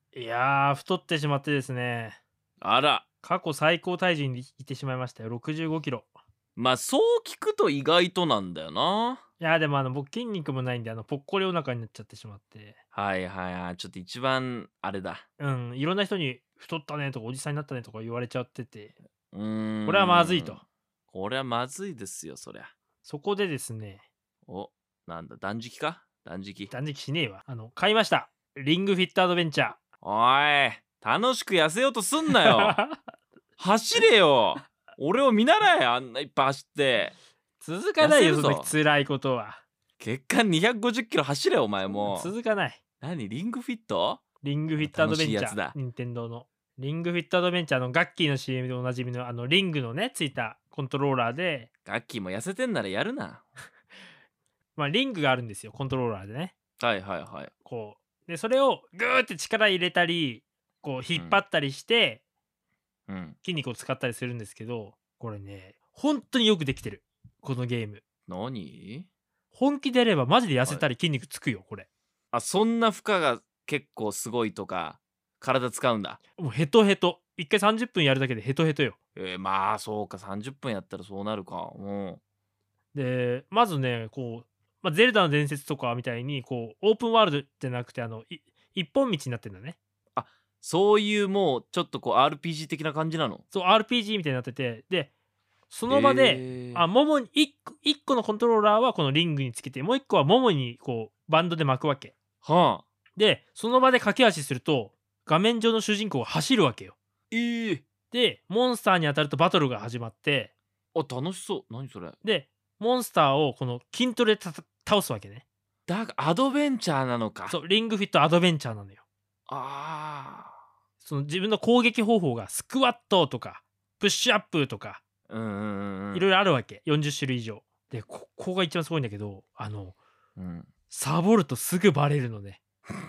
いやー、太ってしまってですね、 あら。 過去最高体重にいってしまいましたよ。65キロ。 まあ、そう聞くと意外となんだよな。 いやー、でも僕筋肉もないんで、ぽっこりお腹になっちゃってしまって、 はいはいはい。ちょっと一番あれだ。 うん、いろんな人に太ったねとかおじさんになったねとか言われちゃってて、 うこれはまずいと。 ーん。これはまずいですよ、そりゃ。 そこでですね、 お、なんだ、断食か断食。 断食しねえわ。買いました。リングフィットアドベンチャー。 おい、楽しく痩せようとすんなよ。走れよ。俺を見習え、あんないっぱい走って。痩続かないよ、そんなせるぞ。 辛いことは。 月間250キロ走れ、お前そんなんも続かない。 う。何リングフィット。 リングフィットア楽ドベンチャー、 しいやつだ。 任天堂の。リングフィットアドベンチャーのガッキーの CM でおなじみのリングのね、ついたコントローラーで、 ガッキーも痩せてんならやるな。 リングがあるんですよ、コントローラーでね。 はいはいはい。 こう。で、それをグーって力入れたり、こう引っ張ったりして、 うん。 筋肉を使ったりするんですけど、これね、本当によくできてる。このゲーム。 何。 本気でやればマジで痩せはい。 たり筋肉つくよ、これ。 あ、そんな負荷が結構すごいとか、体使うんだ。 もうヘトヘト。1回30分やるだけでヘトヘトよ。 まあそうか、30分やったらそうなるか。うん。 で、まずね、ゼルダの伝説とかみたいに、オープンワールドじゃなくて、一本道になってんだね。 あ、そういうもうちょっとこう RPG 的な感じなの。 そう、RPG みたいになってて、で、その場で、 ええ。 ももに1個のコントローラーはこのリングにつけて、もう1個はももにバンドで巻くわけ。 はあ。 で、その場で駆け足すると、画面上の主人公が走るわけよ。 ええ。 で、モンスターに当たるとバトルが始まって、 あ、楽しそう。何それ。 で、モンスターをこの筋トレで倒すわけね。 だがアドベンチャーなのか。 そう、リングフィットアドベンチャーなのよ。 あその自分の攻撃方法がスクワットとか、プッシュアップとか、 あ。うんうんうんういろん。 いろあるわけ。40種類以上。で、ここが一番すごいんだけど、 うん。 サボるとすぐバレるのね。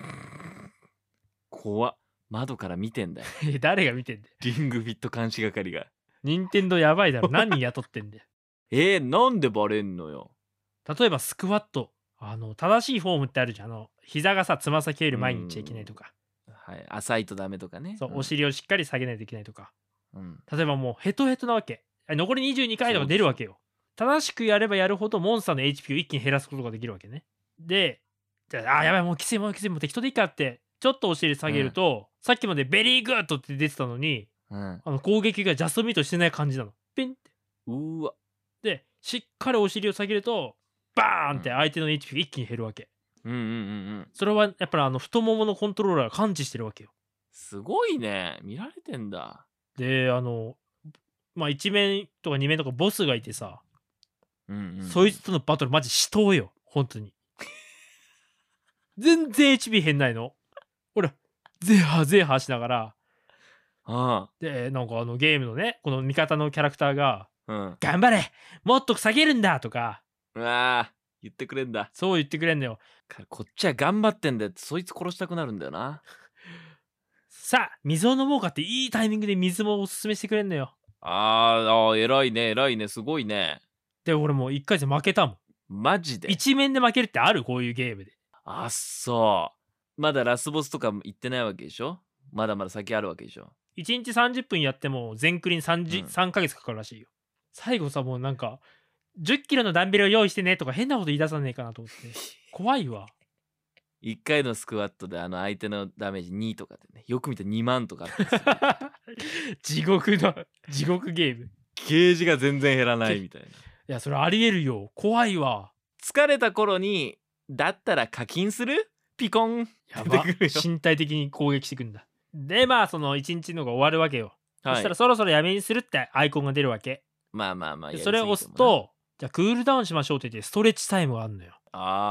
怖っ。窓から見てんだよ。 誰が見てんだよ。 リングフィット監視係が。 任天堂やばいだろ。何人雇ってんだよ。 なんでバレんのよ。 例えばスクワット。正しいフォームってあるじゃん。膝がさ、つま先よりう前に行っちゃいけないん。 とか。 はい。浅いとダメとかね。 そう、 うん。 お尻をしっかり下げないといけないとか。 うん。 例えばもうヘトヘトなわけ。残り22回とかそうでしょ。 出るわけよ。正しくやればやるほどモンスターの HP を一気に減らすことができるわけね。で、じゃあ、やばい、もうきつい、もうきつい、もう適当でいいかって、ちょっとお尻下うん。 げると、さっきまでベリーグッドって出てたのに、 うん。 攻撃がジャストミートしてない感じなの。ピンって。 うわ。 で、しっかりお尻を下げると、バーンってうん。 相手の HP が一気に減るわけ。 うんうんうんうん。 それはやっぱり太もものコントローラーが感知してるわけよ。 すごいね。見られてんだ。 で、1面とか2面とかボスがいてさ、 うんうんうん。 そいつとのバトルマジ死闘よ、ほんとに。全然 HP 減んないの。ほら、ゼーハーゼーハーしながら、 あで、ゲームのね、この味方のキャラクターが、 あ。うん。 頑張れもっと下げるんだとか、 うわあ。言ってくれんだ。 そう言ってくれんのよ。 こっちは頑張ってんだよって、そいつ殺したくなるんだよな。 さあ、水を飲もうかっていいタイミングで水もおすすめしてくれんのよ。 偉いね、偉いね、すごいね。 で、俺もう1回戦負けたもん。 マジで。 一面で負けるってある？こういうゲームで。 あっそう。まだラスボスとかも行ってないわけでしょ。まだまだ先あるわけでしょ。 1日30分やっても全クリにうん。 3ヶ月かかるらしいよ。最後さ、もう10キロのダンベルを用意してねとか変なこと言い出さねえかなと思って。怖いわ。 1回のスクワットで相手のダメージ2とかでね、よく見たら2万とかあったりする。 地獄ゲーム。 ゲージが全然減らないいみたいな。 や、それありえるよ。怖いわ。 疲れた頃に、だったら課金するピコンやば。 出てくるよ。 身体的に攻撃してくんだ。で、その1日のが終わるわけよ。そしたらはい。 そろそろやめにするってアイコンが出るわけ。 まあまあまあ、 で、 やりそれをすぎてもな。 押すと、じゃあクールダウンしましょうって言ってストレッチタイムがあるのよ。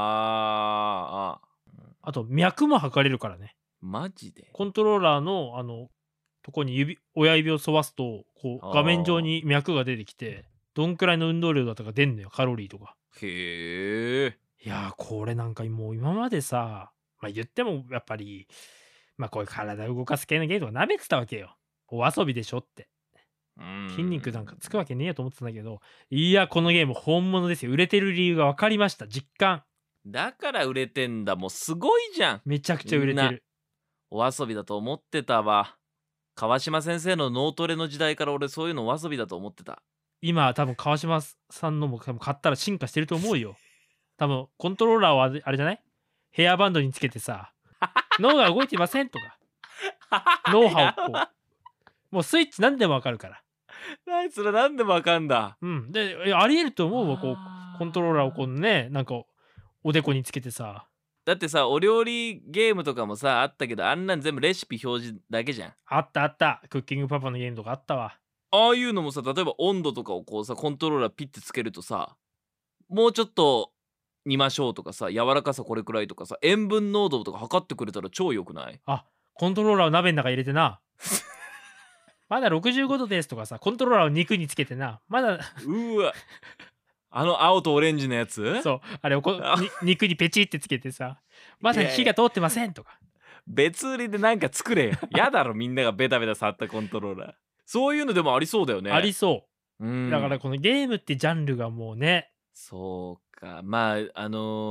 あと、脈も測れるからね。 マジで。 コントローラーの、とこに親指を沿わすと、画面上ああ。 に脈が出てきて、どんくらいの運動量だとか出んのよ、カロリーとか。 へえ。 いやー、これもう今までさ、言ってもやっぱり、こういう体動かす系のゲームとか舐めてたわけよ。お遊びでしょって。 うー筋肉なんかつくん。 わけねえよと思ってたんだけど、いや、このゲーム本物ですよ。売れてる理由が分かりました。実感。 だから売れてんだ。もうすごいじゃん。 めちゃくちゃ売みんな。 れてる。 お遊びだと思ってたわ。川島先生の脳トレの時代から俺そういうのお遊びだと思ってた。 今多分川島さんのも多分買ったら進化してると思うよ。多分コントローラーをあれじゃない？ヘアバンドにつけてさ、脳が動いてませんとか、脳波をこう、もうスイッチ何でもわかるから。 あいつら何でもわかんだ。 うん。で、ありえると思うわ、こう、コントローラーをこううね、なんかおでこにつけてさ。 だってさ、お料理ゲームとかもさあったけど、あんなん全部レシピ表示だけじゃん。 あったあった。クッキングパパのゲームとかあったわ。 ああいうのもさ、例えば温度とかをこうさ、コントローラーピッてつけるとさ、もうちょっと煮ましょうとかさ、柔らかさこれくらいとかさ、塩分濃度とか測ってくれたら超良くない？ あ、コントローラーを鍋の中入れてな。まだ65度ですとかさ、コントローラーを肉につけてな。まだうわ。あの青とオレンジのやつ？ そう、あれを肉にペチってつけてさ、まだ火が通ってませんとか。 別売りでなんか作れよ。やだろ、みんながベタベタ触ったコントローラー。そういうのでもありそうだよね。 ありそう。 うんだからこのゲームってジャンルがもうね。 そうか。まあ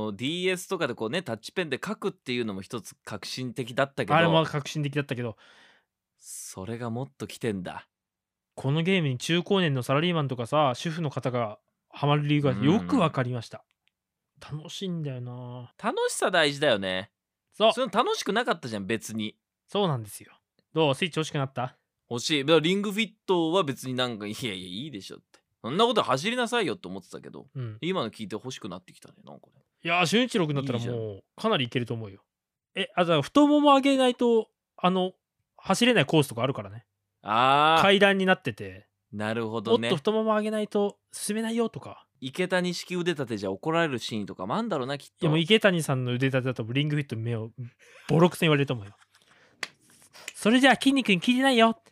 DS とかでこうね、タッチペンで書くっていうのも一つ革新的だったけど、 あれも革新的だったけど、 それがもっと来てんだ。 このゲームに中高年のサラリーマンとかさ、主婦の方がハマる理由がよくわかりました。楽しいんだよな。 楽しさ大事だよね。 そう。 それ楽しくなかったじゃん、別に。 そうなんですよ。どう？スイッチ欲しくなった？ 欲しい。だからリングフィットは別になんかいやいやいいでしょって。そんなこと走りなさいよって思ってたけど、 うん。 今の聞いて欲しくなってきたね、なんかね。 いやー、俊一郎君だったらいいじゃんもうかなりいけると思うよ。じゃあ太もも上げないと走れないコースとかあるからね。 あー、 階段になってて、 なるほもどね。 っと太もも上げないと進めないよとか。 池谷式腕立てじゃ怒られるシーンとかもあんだろうな、きっと。 いやもう池谷さんの腕立てだとリングフィット目をボロクソに言われると思うよ。それじゃあ筋肉に効いてないよって。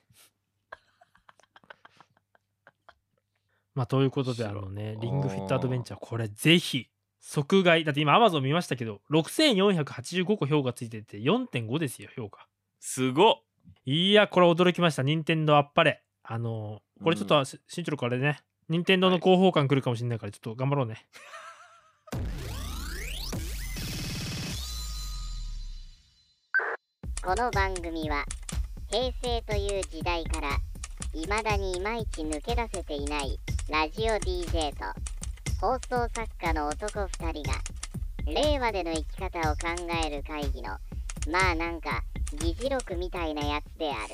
まあということでリングフィットアドベンチャーこれぜひ即買い。だって今 Amazon 見ましたけど6485個評価ついてて 4.5 ですよ評価。 すごっ。 いやこれ驚きました。任天堂あっぱれ。これちょっと新一郎からね任天堂の広報官来るかもしれないからちょっと頑張ろうね。 この番組は平成という時代から未だにいまいち抜け出せていないラジオ DJ と放送作家の男2人が令和での生き方を考える会議のまあなんか議事録みたいなやつである。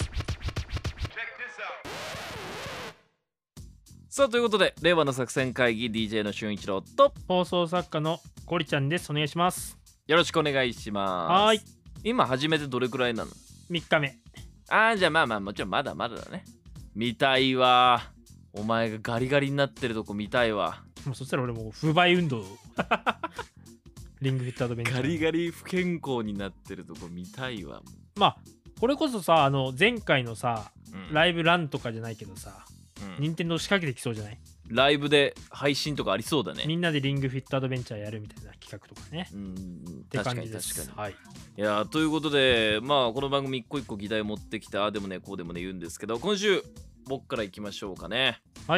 さあということで令和の作戦会議 DJ の俊一郎と放送作家のゴリちゃんです。お願いします。 よろしくお願いします。 はい。 今始めてどれくらいなの ？3日目。 じゃあまあもちろんまだまだだね。見たいわ。お前がガリガリになってるとこ見たいわ。 もうそしたら俺もう不買運動リングフィットアドベンチャーガリガリ不健康になってるとこ見たいわ。 まあこれこそさ前回のさ、ライブランとかじゃないけどさ、任天堂仕掛けてきそうじゃない？ ライブで配信とかありそうだね。 みんなでリングフィットアドベンチャーやるみたいな企画とかね。って感じです。 確かに。 はい。 いやということでまあこの番組一個一個議題持ってきてでもねこうでもね言うんですけど、今週僕からいきましょうかね。 はい。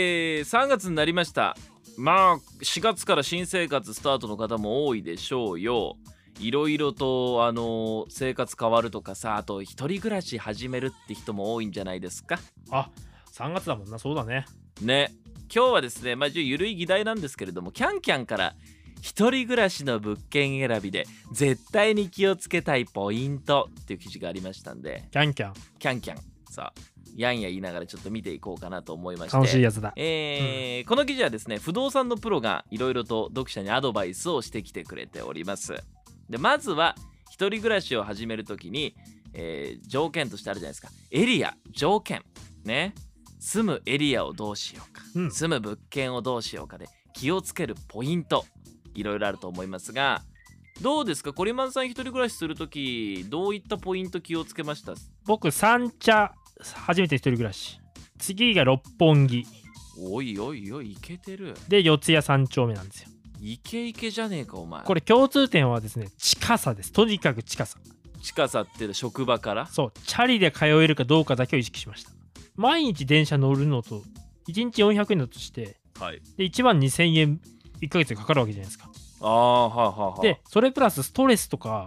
3月になりました。まあ4月から新生活スタートの方も多いでしょうよ。いろいろと生活変わるとかさ、あと一人暮らし始めるって人も多いんじゃないですか。 あ、3月だもんな。そうだね。 ね。今日はですねゆるい議題なんですけれども、キャンキャンから一人暮らしの物件選びで絶対に気をつけたいポイントっていう記事がありましたんで、 キャンキャンさあやんや言いながらちょっと見ていこうかなと思いまして、 楽しいやつだ。 この記事はですね不動産のプロがいろいろと読者にアドバイスをしてきてくれております。でまずは一人暮らしを始めるときに、条件としてあるじゃないですか。エリア、条件ね、住むエリアをどうしようか、住む物件をどうしようかで気をつけるポイントいろいろあると思いますが、どうですかコリマンさん、一人暮らしするときどういったポイント気をつけました？ 僕三茶初めて一人暮らし、次が六本木、 おいおいおいいけてるで四谷三丁目なんですよ。 イケイケじゃねえかお前。 これ共通点はですね近さです。とにかく近さ。 近さって職場から、 そうチャリで通えるかどうかだけを意識しました。毎日電車乗るのと1日400円だとして、で1万2000円1ヶ月でかかるわけじゃないですか。 はい。 でそれプラスストレスとか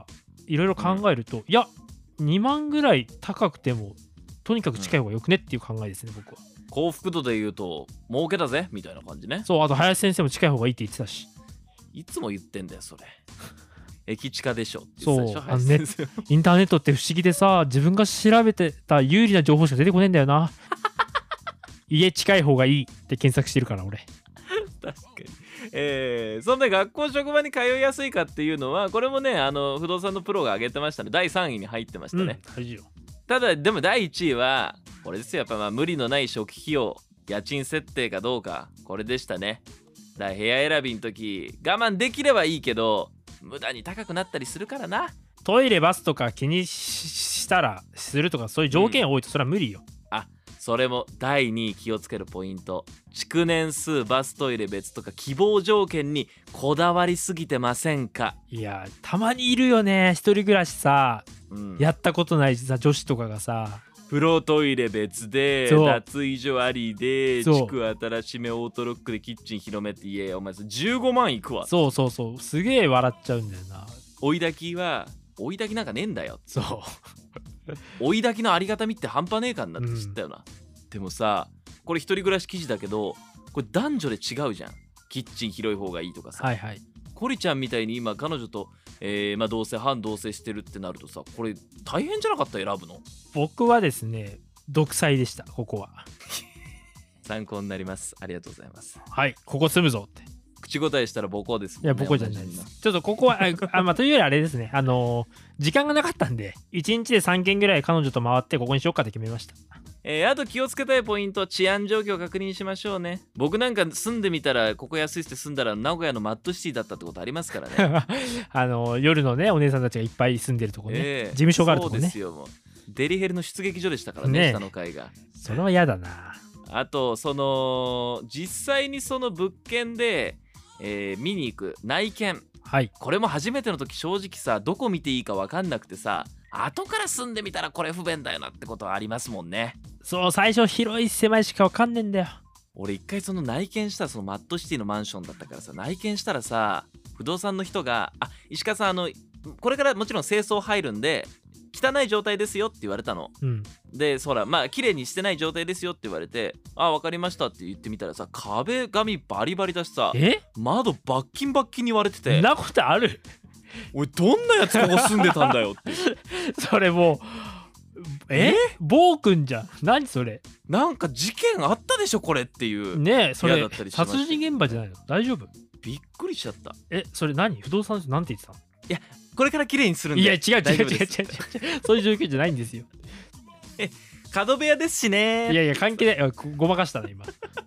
いろいろ考えると、いや2万ぐらい高くてもとにかく近い方がよくねっていう考えですね、僕は。 幸福度で言うと儲けだぜみたいな感じね。 そう、あと林先生も近い方がいいって言ってたし。 いつも言ってんだよそれ。駅近でしょってそう言ってたでしょ、林先生。 インターネットって不思議でさ、自分が調べてた有利な情報しか出てこねえんだよな。家近い方がいいって検索してるから俺。 確かに。そんな学校職場に通いやすいかっていうのはこれもね不動産のプロが挙げてましたね。第3位に入ってましたね。 大事よ。 ただでも第1位はこれですよ。やっぱまあ無理のない初期費用、家賃設定かどうか、これでしたね。だから部屋選びの時我慢できればいいけど無駄に高くなったりするからな。 トイレバスとか気にしたらするとかそういう条件多いとそれは無理よ。 それも第2位気をつけるポイント。築年数、バストイレ別とか希望条件にこだわりすぎてませんか。 いやたまにいるよね、一人暮らしさ、やったことないさ女子とかがさ、 風呂トイレ別でそう脱衣所ありでそう築新しめオートロックでキッチン広めって、いやお前15万いくわ。 そうそうそう、すげえ笑っちゃうんだよな。 追い炊きなんかねえんだよ。 そう追い炊きのありがたみって半端ねえかんなって知ったよな。でもさこれ一人暮らし記事だけどこれ男女で違うじゃん。キッチン広い方がいいとかさ、 はいはい。 コリちゃんみたいに今彼女と、まあ同棲半同棲してるってなるとさ、これ大変じゃなかった？選ぶの。 僕はですね独裁でした。ここは参考になります。ありがとうございます。 はい、ここ住むぞって。 口答えしたら母校ですもんね。 いや、母校じゃないです。ちょっとここはまあというよりあれですね、時間がなかったんで1日で3軒ぐらい彼女と回ってここにしようかって決めました。 あと気をつけたいポイント、治安状況確認しましょうね。僕なんか住んでみたらここ安いって住んだら名古屋のマッドシティだったってことありますからね。 夜のねお姉さんたちがいっぱい住んでるとこね、事務所があるとこね。 そうですよ。もうデリヘルの出撃所でしたからね、下の階が。 それは嫌だな。 あと実際にその物件で、見に行く内見、 はい、 これも初めての時正直さどこ見ていいか分かんなくてさ、後から住んでみたらこれ不便だよなってことはありますもんね。 そう、最初広い狭いしか分かんねえんだよ。 俺一回その内見したそのマッドシティのマンションだったからさ、内見したらさ不動産の人が石川さんこれからもちろん清掃入るんで汚い状態ですよって言われたの、でそらまあ綺麗にしてない状態ですよって言われて、分かりましたって言ってみたらさ、壁紙バリバリだしさ、窓バッキンバッキンに割れてて、 そんなことある？ おいどんなやつここ住んでたんだよってそれもう暴君じゃん。何それ、 なんか事件あったでしょこれっていうねえ。それ殺殺人現場じゃないの？大丈夫？ びっくりしちゃった。 それ何？不動産なんて言ってたの？ いやこれから綺麗にするんで。 いや違うそういう状況じゃないんですよ。 角部屋ですしね。 いや関係ない。ごまかしたね今。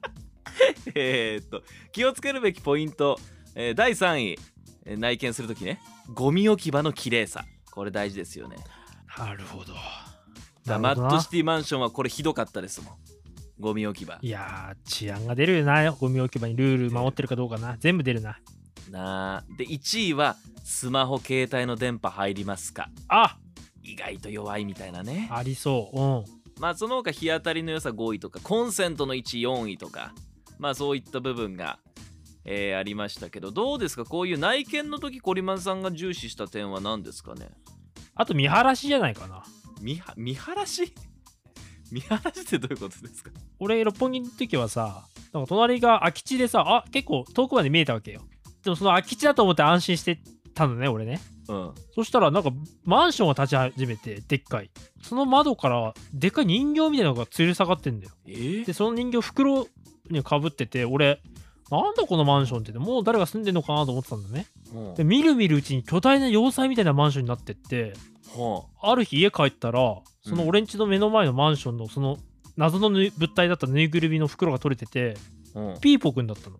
気をつけるべきポイント、第3位、内見するときね、ゴミ置き場の綺麗さ、これ大事ですよね。 なるほど。 マッドシティマンションはこれひどかったですもん、ゴミ置き場。 いや治安が出るよな、ゴミ置き場にルール守ってるかどうかな、全部出るな。 で1位はスマホ携帯の電波入りますか。意外と弱いみたいなね。 ありそう。 まあその他日当たりの良さ5位とかコンセントの位置4位とか、まあそういった部分が、ありましたけど、どうですかこういう内見の時コリマンさんが重視した点は何ですかね。 あと見晴らしじゃないかな。 見晴らし見晴らしってどういうことですか。 俺六本木の時はさ、なんか隣が空き地でさ、結構遠くまで見えたわけよ。でもその空き地だと思って安心してたのね俺ね。そしたらなんかマンションが立ち始めて、でっかいその窓からでっかい人形みたいなのが吊り下がってんだよ。でその人形袋にかぶってて、俺なんだこのマンションって、もう誰が住んでんのかなと思ってたんだね。でみるみるうちに巨大な要塞みたいなマンションになってって、ある日家帰ったらその俺ん家の目の前のマンションのその謎の物体だったぬいぐるみの袋が取れてて、ピーポくんだったの。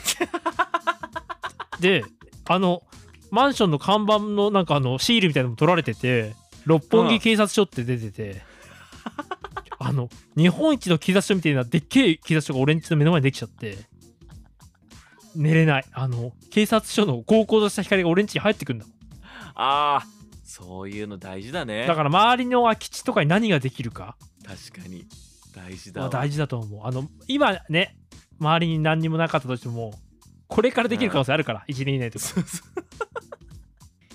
でマンションの看板のなんかシールみたいなのも取られてて、六本木警察署って出てて、日本一の警察署みたいなでっけえ警察署が俺ん家の目の前にできちゃって、寝れない。警察署の高校とした光が俺ん家に入ってくんだ。 そういうの大事だね。 だから周りの空き地とかに何ができるか、 確かに大事だわ。 大事だと思う。今ね周りに何にもなかったとしてもこれからできる可能性あるから、1年以内とか。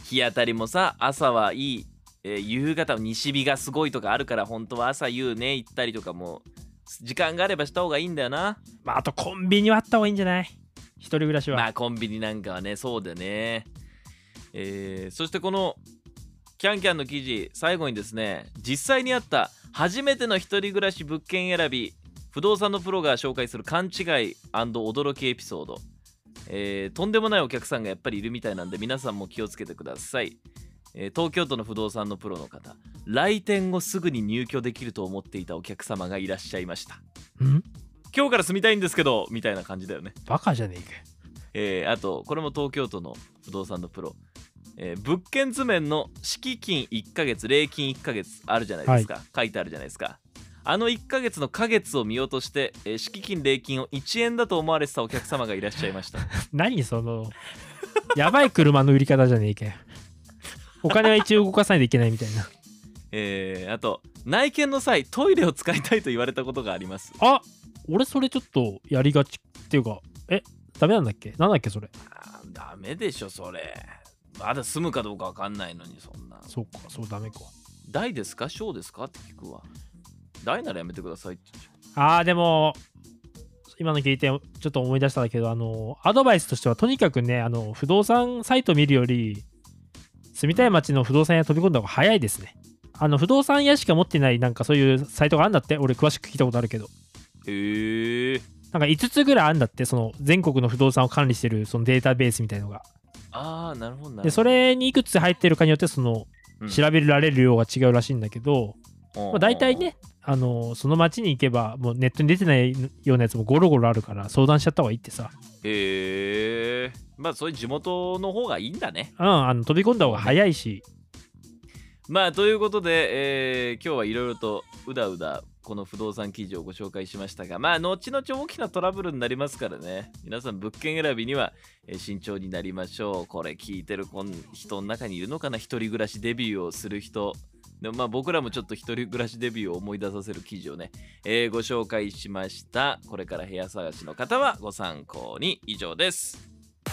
日当たりもさ朝はいい、夕方西日がすごいとかあるから本当は朝夕ね行ったりとかも時間があればした方がいいんだよな。 まああとコンビニはあった方がいいんじゃない？一人暮らしは。 まあコンビニなんかはねそうだよね。そしてこのキャンキャンの記事最後にですね、実際にあった初めての一人暮らし物件選び、不動産のプロが紹介する勘違い&驚きエピソード、とんでもないお客さんがやっぱりいるみたいなんで皆さんも気をつけてください。東京都の不動産のプロの方、来店後すぐに入居できると思っていたお客様がいらっしゃいました。今日から住みたいんですけどみたいな感じだよね。 バカじゃねえか。 あとこれも東京都の不動産のプロ、物件図面の敷金1ヶ月礼金1ヶ月あるじゃないですか、書いてあるじゃないですか。あの1ヶ月の花月を見落として、敷金礼金を1円だと思われてたお客様がいらっしゃいました。 何そのやばい車の売り方じゃねえかよ。お金は一応動かさないといけないみたいな。 あと内見の際トイレを使いたいと言われたことがあります。 あ、俺それちょっとやりがちっていうか、ダメなんだっけ？なんだっけそれ。 ダメでしょそれ。まだ住むかどうか分かんないのにそんな。 そうか、そうダメか。 大ですか小ですかって聞くわ。大ならやめてくださいってでも今の聞いてちょっと思い出したんだけど、アドバイスとしてはとにかくね、不動産サイト見るより住みたい街の不動産屋飛び込んだ方が早いですね。不動産屋しか持ってないなんかそういうサイトがあるんだって。俺詳しく聞いたことあるけど。なんか5つぐらいあるんだって、その全国の不動産を管理してるそのデータベースみたいのが。 なるほど。 でそれにいくつ入ってるかによってその、調べられる量が違うらしいんだけど、大体ね、その町に行けばもうネットに出てないようなやつもゴロゴロあるから相談しちゃった方がいいってさ。 まあそういう地元の方がいいんだね。 飛び込んだ方が早いし。 まあということで、今日はいろいろとうだうだこの不動産記事をご紹介しましたが、まあ後々大きなトラブルになりますからね、皆さん物件選びには慎重になりましょう。これ聞いてる人の中にいるのかな、一人暮らしデビューをする人でも。まあ僕らもちょっと一人暮らしデビューを思い出させる記事をね、ご紹介しました。これから部屋探しの方はご参考に。以上です。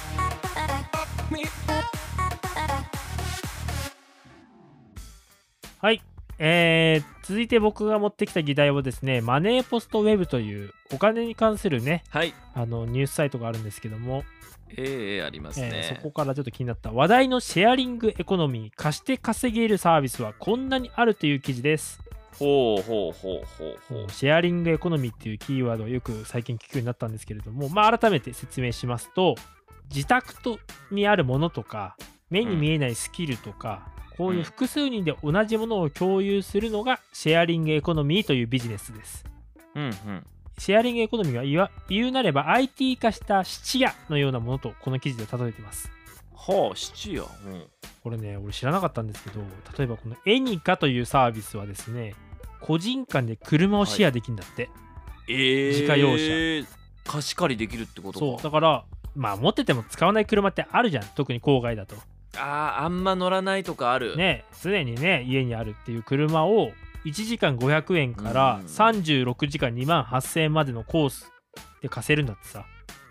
はい、続いて僕が持ってきた議題はですね、マネーポストウェブというお金に関するね、ニュースサイトがあるんですけども、 ありますね。 そこからちょっと気になった話題のシェアリングエコノミー、貸して稼げるサービスはこんなにあるという記事です。シェアリングエコノミーっていうキーワードをよく最近聞くようになったんですけれども、改めて説明しますと、自宅にあるものとか目に見えないスキルとか、こういう複数人で同じものを共有するのがシェアリングエコノミーというビジネスです。シェアリングエコノミーは言うなれば IT 化した質屋のようなものとこの記事で例えています。 質屋。 これね、俺知らなかったんですけど、例えばこのエニカというサービスはですね、個人間で車をシェアできるんだって。自家用車。 貸し借りできるってことか。 そうだから、持ってても使わない車ってあるじゃん、特に郊外だと。 あんま乗らないとかあるね。常にね家にあるっていう車を1時間500円から36時間2万8000円までのコースで貸せるんだってさ。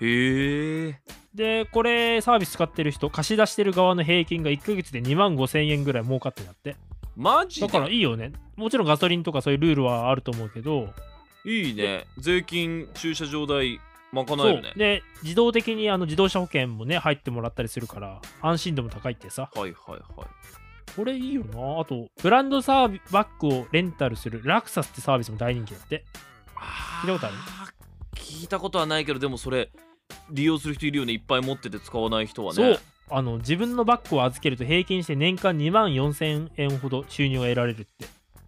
でこれサービス使ってる人、貸し出してる側の平均が1ヶ月で2万5000円ぐらい儲かってんだって。 マジで？ だからいいよね。もちろんガソリンとかそういうルールはあると思うけど、 いいね。税金駐車場代賄えるね。 で自動的に自動車保険もね入ってもらったりするから安心度も高いってさ。これいいよな。あとブランドバッグをレンタルするラクサスってサービスも大人気だって。聞いたことある？ 聞いたことはないけど、でもそれ利用する人いるよね。いっぱい持ってて使わない人はね。 そう、自分のバッグを預けると平均して年間2万4000円ほど収入が得られるって。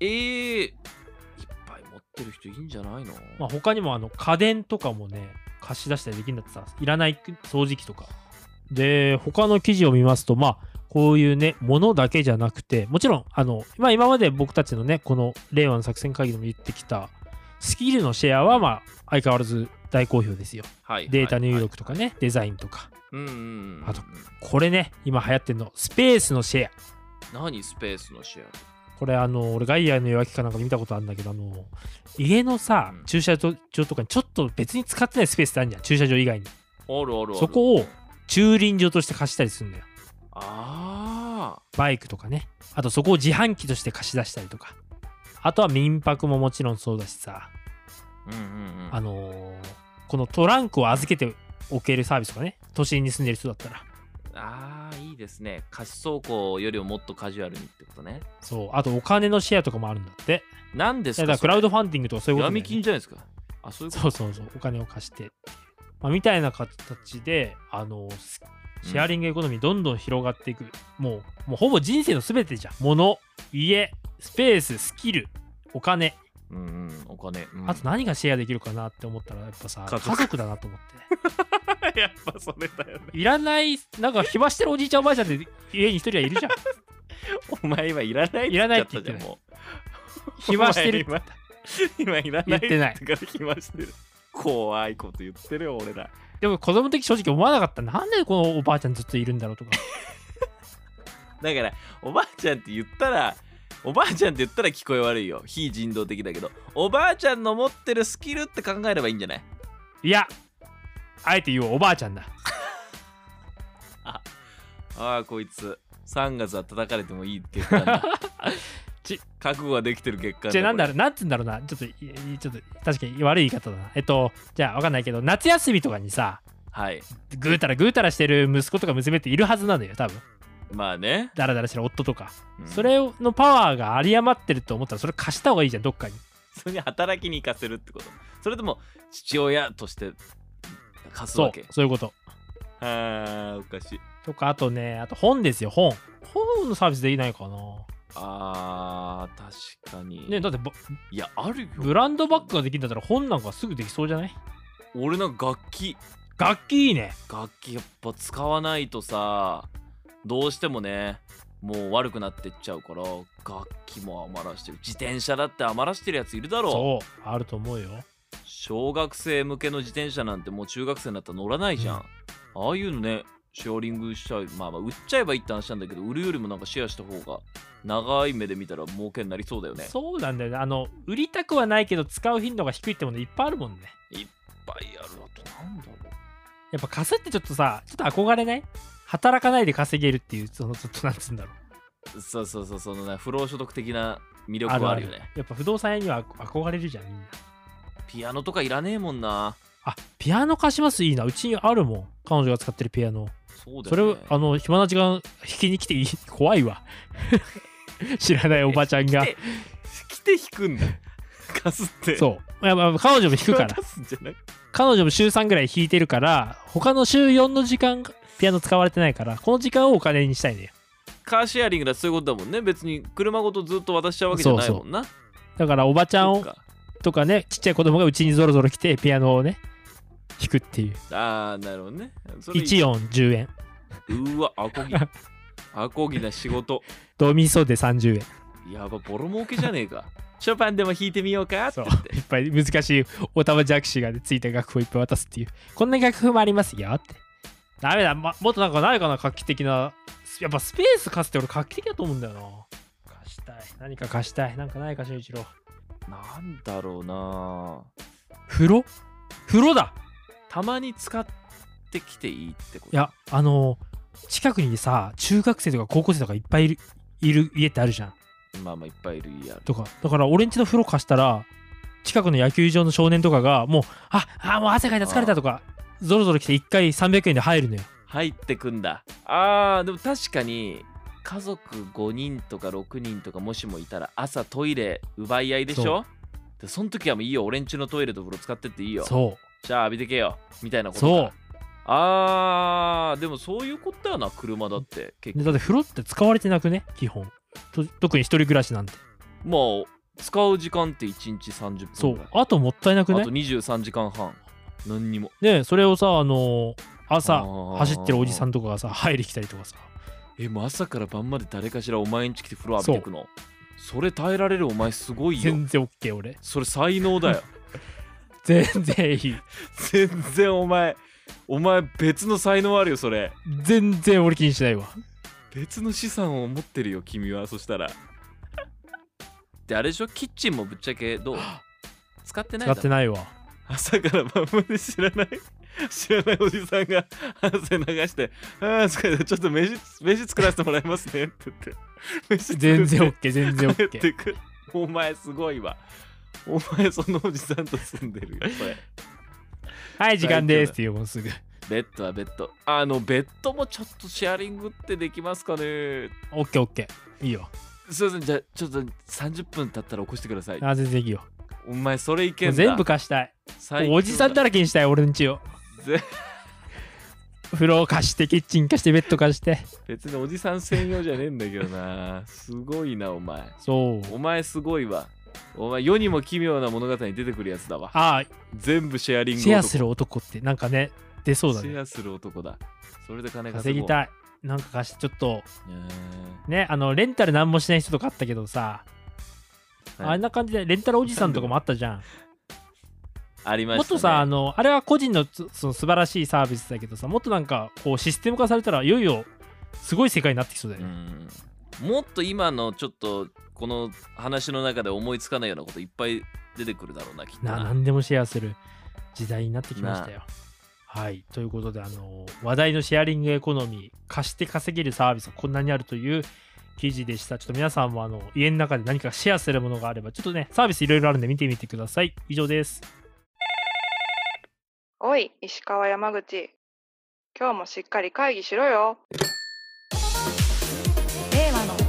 いっぱい持ってる人いいんじゃないの？ 他にも家電とかもね貸し出したりできるんだってさ。いらない掃除機とかで、他の記事を見ますと、こういうねものだけじゃなくて、もちろん今まで僕たちのねこの令和の作戦会議でも言ってきたスキルのシェアは相変わらず大好評ですよ。データ入力とかね、デザインとか。あとこれね今流行ってるのスペースのシェア。 何スペースのシェア？ これ俺ガイアの夜明けかなんかで見たことあるんだけど、家のさ、駐車場とかにちょっと別に使ってないスペースってあるじゃん、駐車場以外に。 ある。 そこを駐輪場として貸したりするんだよ。 バイクとかね。あとそこを自販機として貸し出したりとか。あとは民泊ももちろんそうだしさ、このトランクを預けておけるサービスとかね。都心に住んでる人だったら。 いいですね。貸し倉庫よりももっとカジュアルにってことね。 そう。あとお金のシェアとかもあるんだって。 なんですか。 だからクラウドファンディングとかそういうことだよね。 闇金じゃないですか。そういうこと。 そう。お金を貸して。みたいな形で、シェアリングエコノミーどんどん広がっていく。もうほぼ人生の全てじゃん。物、家、スペース、スキル、お金。 お金。 あと何がシェアできるかなって思ったら、やっぱさ、家族だなと思って。 やっぱそれだよね。 いらない、なんか暇してるおじいちゃんおばあちゃんって家に一人はいるじゃん。 お前今いらないいらないって言ってない。暇してるって言った。 今いらない言ってない。 から暇してる。怖いこと言ってるよ俺ら。 でも子供の時正直思わなかった。なんでこのおばあちゃんずっといるんだろうとか。 だからおばあちゃんって言ったら聞こえ悪いよ。非人道的だけど、おばあちゃんの持ってるスキルって考えればいいんじゃない？ いや、あえて言おう、おばあちゃんだ。 こいつ3月は叩かれてもいい結果だ。覚悟ができてる結果だ。 なんつうんだろうな。ちょっと確かに悪い言い方だな。じゃあわかんないけど、夏休みとかにさ、ぐうたらしてる息子とか娘っているはずなのよ、多分。 まあね。 だらだらしてる夫とか、それのパワーが有り余ってると思ったら、それ貸した方がいいじゃん、どっかに。 それに働きに行かせるってこと？それとも父親として貸すわけ？ そういうこと。 おかしい。 とか、あと本ですよ、本のサービスできないかな。 確かにね。だっていやあるよ。 ブランドバッグができるんだったら本なんかすぐできそうじゃない？ 俺なんか楽器いいね。 楽器やっぱ使わないとさ、どうしてもね、もう悪くなってっちゃうから、楽器も余らしてる。自転車だって余らしてるやついるだろう。 そうあると思うよ。 小学生向けの自転車なんてもう中学生になったら乗らないじゃん、ああいうのね、シェアリングしちゃう。まあ売っちゃえばいいって話なんだけど、売るよりもなんかシェアした方が長い目で見たら儲けになりそうだよね。 そうなんだよね。売りたくはないけど使う頻度が低いってものいっぱいあるもんね。 いっぱいある。あとなんだろう、 やっぱ貸すってちょっと憧れない？働かないで稼げるっていう、ちょっとなんつうんだろう。そうそのね、不労所得的な魅力はあるよね。 やっぱ不動産屋には憧れるじゃん、みんな。 ピアノとかいらねえもんな。 ピアノ貸します？いいな。うちにあるもん、彼女が使ってるピアノ。 そうだよね。 それを暇な時間弾きに来ていい？怖いわ。知らないおばちゃんが来て弾くんだ。貸すって。 そう。彼女も弾くから。彼女も週3ぐらい弾いてるから、他の週4の時間ピアノ使われてないから、この時間をお金にしたいんだよ。 カーシェアリングだとそういうことだもんね。別に車ごとずっと渡しちゃうわけじゃないもんな。 だからおばちゃんとかね、ちっちゃい子供がうちにゾロゾロ来てピアノをね弾くっていう。 なるほどね。 1音10円。 うわ、アコギな仕事。 ドミソで30円。 やば、ボロ儲けじゃねえか。ショパンでも弾いてみようかって言って。 いっぱい難しいおたまじゃくしがついた楽譜をいっぱい渡すっていう。こんな楽譜もありますよって。ダメだ、もっとなんかないかな、画期的な。やっぱスペース貸すって俺画期的だと思うんだよな。貸したい。何か貸したい。なんかないかしら、一郎。 なんだろうな。 風呂だ。 たまに使ってきていいってこと？ いや、近くにさ、中学生とか高校生とかいっぱいいる家ってあるじゃん。 まあいっぱいいる家ある。 とか、だから俺んちの風呂貸したら、近くの野球場の少年とかがもう、もう汗かいた疲れたとか、ゾロゾロ来て1回300円で入るのよ。 入ってくんだ。でも確かに家族5人とか6人とかもしもいたら朝トイレ奪い合いでしょ。でその時はもういいよ、俺んちのトイレと風呂使ってっていいよ。 そう。 じゃあ浴びてけよみたいなことか。 そう。 でもそういうことだよな、車だって結構。だって風呂って使われてなくね、基本。特に一人暮らしなんて。 まあ使う時間って1日30分ぐらい。 そう。あともったいなくね。 あと23時間半。何にも。 ね、それをさ、朝走ってるおじさんとかがさ、入り来たりとかさ。 もう朝から晩まで誰かしらお前んち来て風呂浴びてくの？それ耐えられるお前すごいよ。 全然 OK 俺。 それ才能だよ。 全然いい。 全然お前別の才能あるよ、それ。 全然俺気にしないわ。 別の資産を持ってるよ君は。そしたらであれでしょ、キッチンもぶっちゃけどう？使ってない？ 使ってないわ。 朝から晩まで知らない。 知らないおじさんが汗流して「ああ疲れた、ちょっと飯作らせてもらいますね」って言って飯作って全然 OK 全然帰って OK。 く。お前すごいわ。お前そのおじさんと住んでるよこれ。 はい時間ですっていうもうすぐ。 ベッドはベッド。ベッドもちょっとシェアリングってできますかね。 OK いいよ。 すいません、じゃあちょっと30分経ったら起こしてください。 あ全然いいよ。 お前それいけんだ。 全部貸したい。 最強だおじさんだらけにしたい俺ん家を。 ぜ風呂貸してキッチン貸してベッド貸して。 別におじさん専用じゃねえんだけどな。すごいなお前。 そうお前すごいわ。お前世にも奇妙な物語に出てくるやつだわ。 あ全部シェアリング男。 シェアする男ってなんかね出そうだね。 シェアする男だ。それで金稼ぎたい。なんか貸してちょっとい。 ねレンタルなんもしない人とかあったけどさ、あんな感じでレンタルおじさんとかもあったじゃん。 ありましたね。 もっとさあれは個人のその素晴らしいサービスだけどさ、もっとなんかこうシステム化されたらいよいよすごい世界になってきそうだよね。 もっと今のちょっとこの話の中で思いつかないようなこといっぱい出てくるだろうなきっとな。 何でもシェアする時代になってきましたよ。はいということで話題のシェアリングエコノミー貸して稼げるサービスがこんなにあるという記事でした。ちょっと皆さんも家の中で何かシェアするものがあればちょっとねサービスいろいろあるんで見てみてください。以上です。 おい、石川山口。今日もしっかり会議しろよ。令和の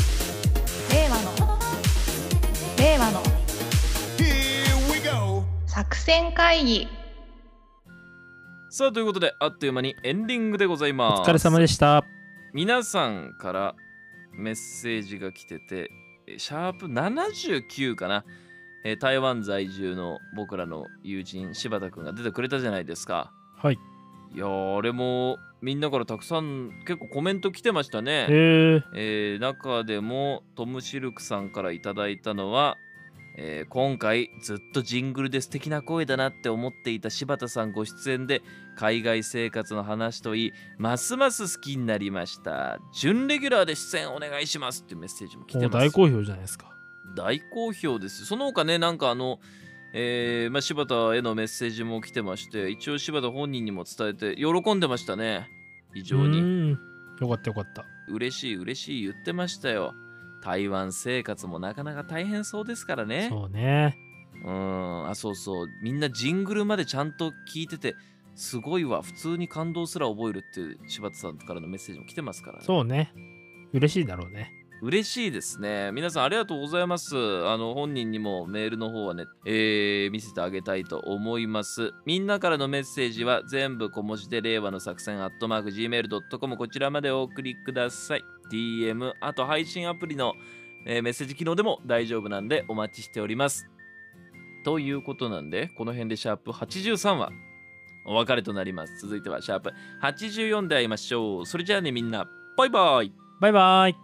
作戦会議。 さあということであっという間にエンディングでございます。 お疲れ様でした。 皆さんからメッセージが来ててシャープ79かな、台湾在住の僕らの友人柴田くんが出てくれたじゃないですか。 はい。 いやあれもみんなからたくさん結構コメント来てましたね。中でもトムシルクさんからいただいたのは、今回ずっとジングルで素敵な声だなって思っていた柴田さんご出演で海外生活の話といいますます好きになりました。準レギュラーで出演お願いしますっていうメッセージも来てます。 大好評じゃないですか。 大好評です。その他ねなんか柴田へのメッセージも来てまして、一応柴田本人にも伝えて喜んでましたね。非常によかったよかった。 嬉しい言ってましたよ。台湾生活もなかなか大変そうですからね。 そうね。 そうみんなジングルまでちゃんと聞いててすごいわ、普通に感動すら覚えるっていう柴田さんからのメッセージも来てますからね。 そうね、嬉しいだろうね。 嬉しいですね。皆さんありがとうございます。本人にもメールの方はね、見せてあげたいと思います。みんなからのメッセージは全部小文字で令和の作戦@gmail.com こちらまでお送りください。DM あと配信アプリの、メッセージ機能でも大丈夫なんでお待ちしております。ということなんでこの辺でシャープ83はお別れとなります。続いてはシャープ84で会いましょう。それじゃあねみんなバイバイ。 バイバイ。